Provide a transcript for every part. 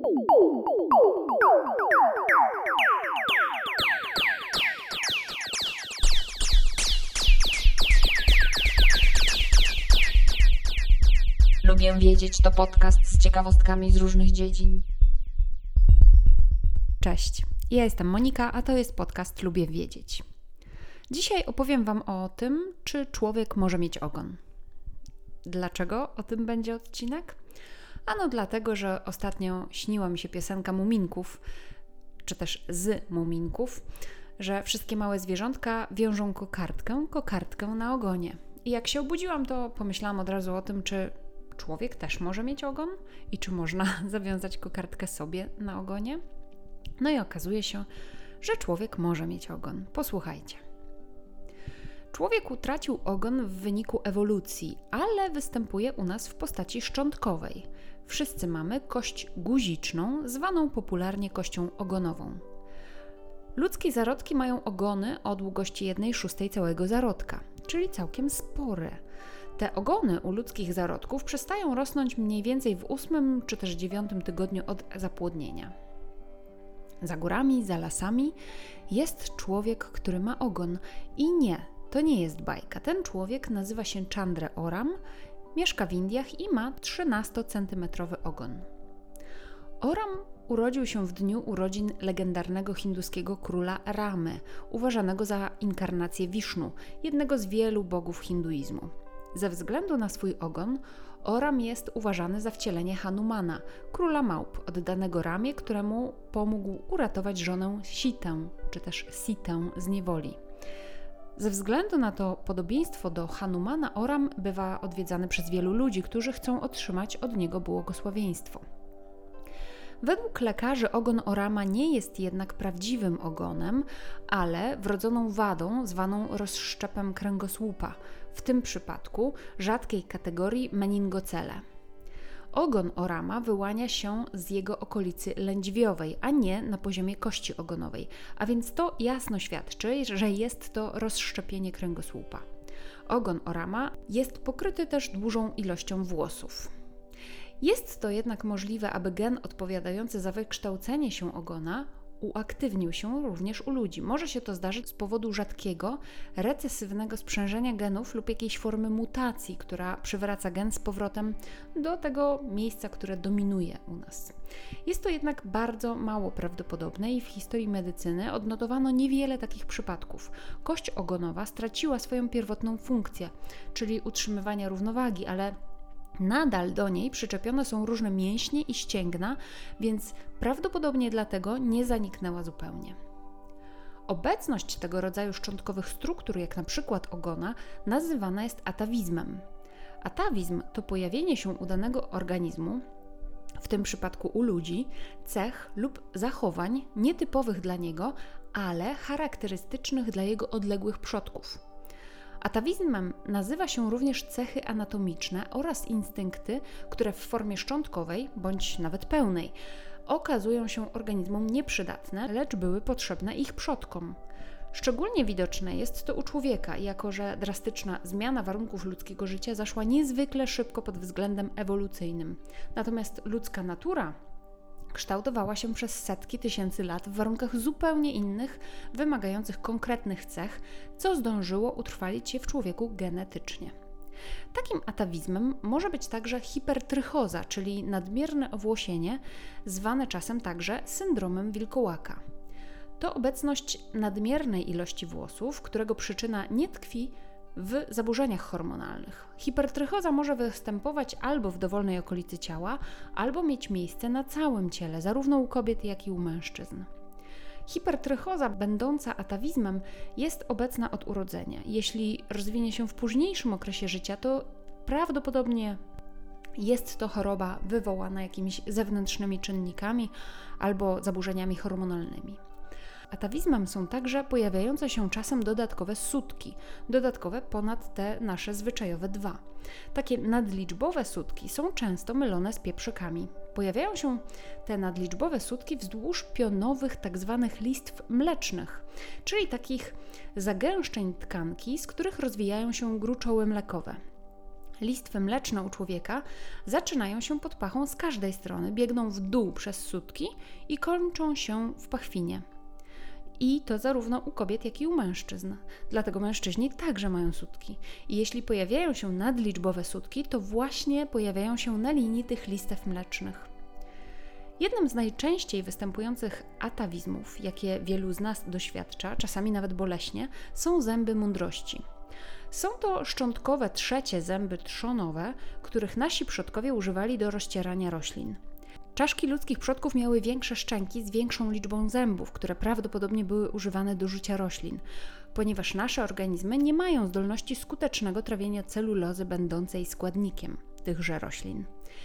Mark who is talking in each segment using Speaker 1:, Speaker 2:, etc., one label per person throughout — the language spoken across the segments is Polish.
Speaker 1: Lubię wiedzieć to podcast z ciekawostkami z różnych dziedzin.
Speaker 2: Cześć, ja jestem Monika, a to jest podcast Lubię wiedzieć. Dzisiaj opowiem Wam o tym, czy człowiek może mieć ogon. Dlaczego o tym będzie odcinek? Ano dlatego, że ostatnio śniła mi się piosenka Muminków, czy też z Muminków, że wszystkie małe zwierzątka wiążą kokardkę na ogonie. I jak się obudziłam, to pomyślałam od razu o tym, czy człowiek też może mieć ogon i czy można zawiązać kokardkę sobie na ogonie. No i okazuje się, że człowiek może mieć ogon. Posłuchajcie. Człowiek utracił ogon w wyniku ewolucji, ale występuje u nas w postaci szczątkowej. Wszyscy mamy kość guziczną, zwaną popularnie kością ogonową. Ludzkie zarodki mają ogony o długości 1/6 całego zarodka, czyli całkiem spore. Te ogony u ludzkich zarodków przestają rosnąć mniej więcej w 8 czy też 9 tygodniu od zapłodnienia. Za górami, za lasami jest człowiek, który ma ogon. I nie, to nie jest bajka. Ten człowiek nazywa się Chandra Oram, mieszka w Indiach i ma 13-centymetrowy ogon. Oram urodził się w dniu urodzin legendarnego hinduskiego króla Ramy, uważanego za inkarnację Wisznu, jednego z wielu bogów hinduizmu. Ze względu na swój ogon, Oram jest uważany za wcielenie Hanumana, króla małp, oddanego Ramie, któremu pomógł uratować żonę Sitę, czy też Sitę z niewoli. Ze względu na to podobieństwo do Hanumana, Oram bywa odwiedzany przez wielu ludzi, którzy chcą otrzymać od niego błogosławieństwo. Według lekarzy ogon Orama nie jest jednak prawdziwym ogonem, ale wrodzoną wadą zwaną rozszczepem kręgosłupa, w tym przypadku rzadkiej kategorii meningocele. Ogon Orama wyłania się z jego okolicy lędźwiowej, a nie na poziomie kości ogonowej, a więc to jasno świadczy, że jest to rozszczepienie kręgosłupa. Ogon Orama jest pokryty też dużą ilością włosów. Jest to jednak możliwe, aby gen odpowiadający za wykształcenie się ogona uaktywnił się również u ludzi. Może się to zdarzyć z powodu rzadkiego, recesywnego sprzężenia genów lub jakiejś formy mutacji, która przywraca gen z powrotem do tego miejsca, które dominuje u nas. Jest to jednak bardzo mało prawdopodobne i w historii medycyny odnotowano niewiele takich przypadków. Kość ogonowa straciła swoją pierwotną funkcję, czyli utrzymywania równowagi, ale nadal do niej przyczepione są różne mięśnie i ścięgna, więc prawdopodobnie dlatego nie zaniknęła zupełnie. Obecność tego rodzaju szczątkowych struktur, jak na przykład ogona, nazywana jest atawizmem. Atawizm to pojawienie się u danego organizmu, w tym przypadku u ludzi, cech lub zachowań nietypowych dla niego, ale charakterystycznych dla jego odległych przodków. Atawizmem nazywa się również cechy anatomiczne oraz instynkty, które w formie szczątkowej bądź nawet pełnej okazują się organizmom nieprzydatne, lecz były potrzebne ich przodkom. Szczególnie widoczne jest to u człowieka, jako że drastyczna zmiana warunków ludzkiego życia zaszła niezwykle szybko pod względem ewolucyjnym. Natomiast ludzka natura kształtowała się przez setki tysięcy lat w warunkach zupełnie innych, wymagających konkretnych cech, co zdążyło utrwalić się w człowieku genetycznie. Takim atawizmem może być także hipertrychoza, czyli nadmierne owłosienie, zwane czasem także syndromem wilkołaka. To obecność nadmiernej ilości włosów, którego przyczyna nie tkwi w zaburzeniach hormonalnych. Hipertrychoza może występować albo w dowolnej okolicy ciała, albo mieć miejsce na całym ciele, zarówno u kobiet, jak i u mężczyzn. Hipertrychoza, będąca atawizmem, jest obecna od urodzenia. Jeśli rozwinie się w późniejszym okresie życia, to prawdopodobnie jest to choroba wywołana jakimiś zewnętrznymi czynnikami albo zaburzeniami hormonalnymi. Atawizmem są także pojawiające się czasem dodatkowe sutki, dodatkowe ponad te nasze zwyczajowe 2. Takie nadliczbowe sutki są często mylone z pieprzykami. Pojawiają się te nadliczbowe sutki wzdłuż pionowych tzw. listw mlecznych, czyli takich zagęszczeń tkanki, z których rozwijają się gruczoły mlekowe. Listwy mleczne u człowieka zaczynają się pod pachą z każdej strony, biegną w dół przez sutki i kończą się w pachwinie. I to zarówno u kobiet, jak i u mężczyzn. Dlatego mężczyźni także mają sutki. I jeśli pojawiają się nadliczbowe sutki, to właśnie pojawiają się na linii tych listew mlecznych. Jednym z najczęściej występujących atawizmów, jakie wielu z nas doświadcza, czasami nawet boleśnie, są zęby mądrości. Są to szczątkowe trzecie zęby trzonowe, których nasi przodkowie używali do rozcierania roślin. Czaszki ludzkich przodków miały większe szczęki z większą liczbą zębów, które prawdopodobnie były używane do rzucia roślin, ponieważ nasze organizmy nie mają zdolności skutecznego trawienia celulozy będącej składnikiem tychże roślin.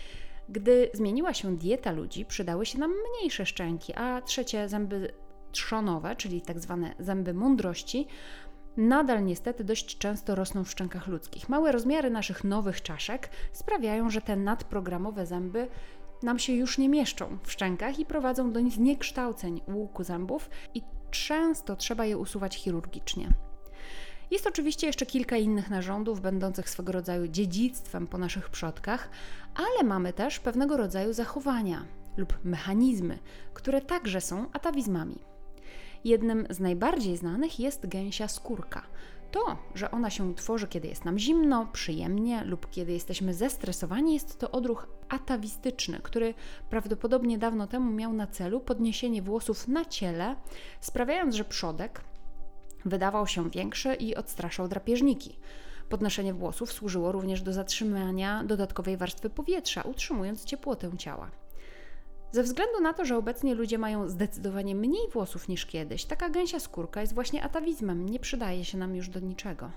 Speaker 2: Gdy zmieniła się dieta ludzi, przydały się nam mniejsze szczęki, a trzecie zęby trzonowe, czyli tak zwane zęby mądrości, nadal niestety dość często rosną w szczękach ludzkich. Małe rozmiary naszych nowych czaszek sprawiają, że te nadprogramowe zęby nam się już nie mieszczą w szczękach i prowadzą do zniekształceń łuku zębów i często trzeba je usuwać chirurgicznie. Jest oczywiście jeszcze kilka innych narządów, będących swego rodzaju dziedzictwem po naszych przodkach, ale mamy też pewnego rodzaju zachowania lub mechanizmy, które także są atawizmami. Jednym z najbardziej znanych jest gęsia skórka. To, że ona się tworzy, kiedy jest nam zimno, przyjemnie lub kiedy jesteśmy zestresowani, jest to odruch atawistyczny, który prawdopodobnie dawno temu miał na celu podniesienie włosów na ciele, sprawiając, że przodek wydawał się większy i odstraszał drapieżniki. Podnoszenie włosów służyło również do zatrzymania dodatkowej warstwy powietrza, utrzymując ciepłotę ciała. Ze względu na to, że obecnie ludzie mają zdecydowanie mniej włosów niż kiedyś, taka gęsia skórka jest właśnie atawizmem, nie przydaje się nam już do niczego.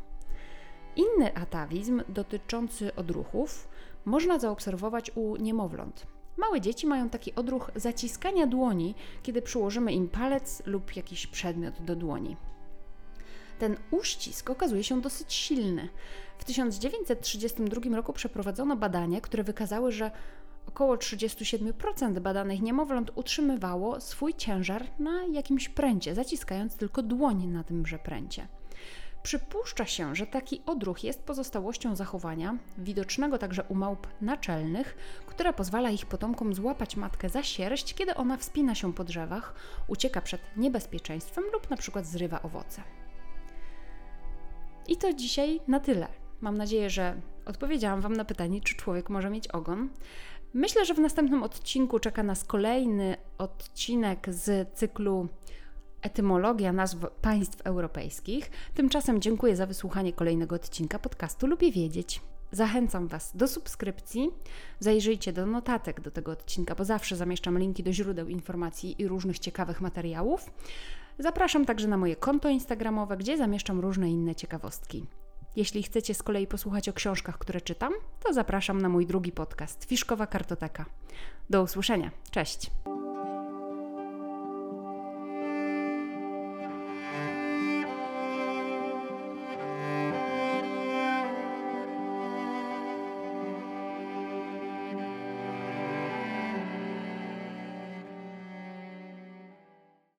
Speaker 2: Inny atawizm dotyczący odruchów można zaobserwować u niemowląt. Małe dzieci mają taki odruch zaciskania dłoni, kiedy przyłożymy im palec lub jakiś przedmiot do dłoni. Ten uścisk okazuje się dosyć silny. W 1932 roku przeprowadzono badania, które wykazały, że około 37% badanych niemowląt utrzymywało swój ciężar na jakimś pręcie, zaciskając tylko dłoń na tymże pręcie. Przypuszcza się, że taki odruch jest pozostałością zachowania, widocznego także u małp naczelnych, które pozwala ich potomkom złapać matkę za sierść, kiedy ona wspina się po drzewach, ucieka przed niebezpieczeństwem lub na przykład zrywa owoce. I to dzisiaj na tyle. Mam nadzieję, że odpowiedziałam Wam na pytanie, czy człowiek może mieć ogon. Myślę, że w następnym odcinku czeka nas kolejny odcinek z cyklu Etymologia nazw państw europejskich. Tymczasem dziękuję za wysłuchanie kolejnego odcinka podcastu Lubię Wiedzieć. Zachęcam Was do subskrypcji. Zajrzyjcie do notatek do tego odcinka, bo zawsze zamieszczam linki do źródeł informacji i różnych ciekawych materiałów. Zapraszam także na moje konto instagramowe, gdzie zamieszczam różne inne ciekawostki. Jeśli chcecie z kolei posłuchać o książkach, które czytam, to zapraszam na mój drugi podcast Fiszkowa Kartoteka. Do usłyszenia. Cześć!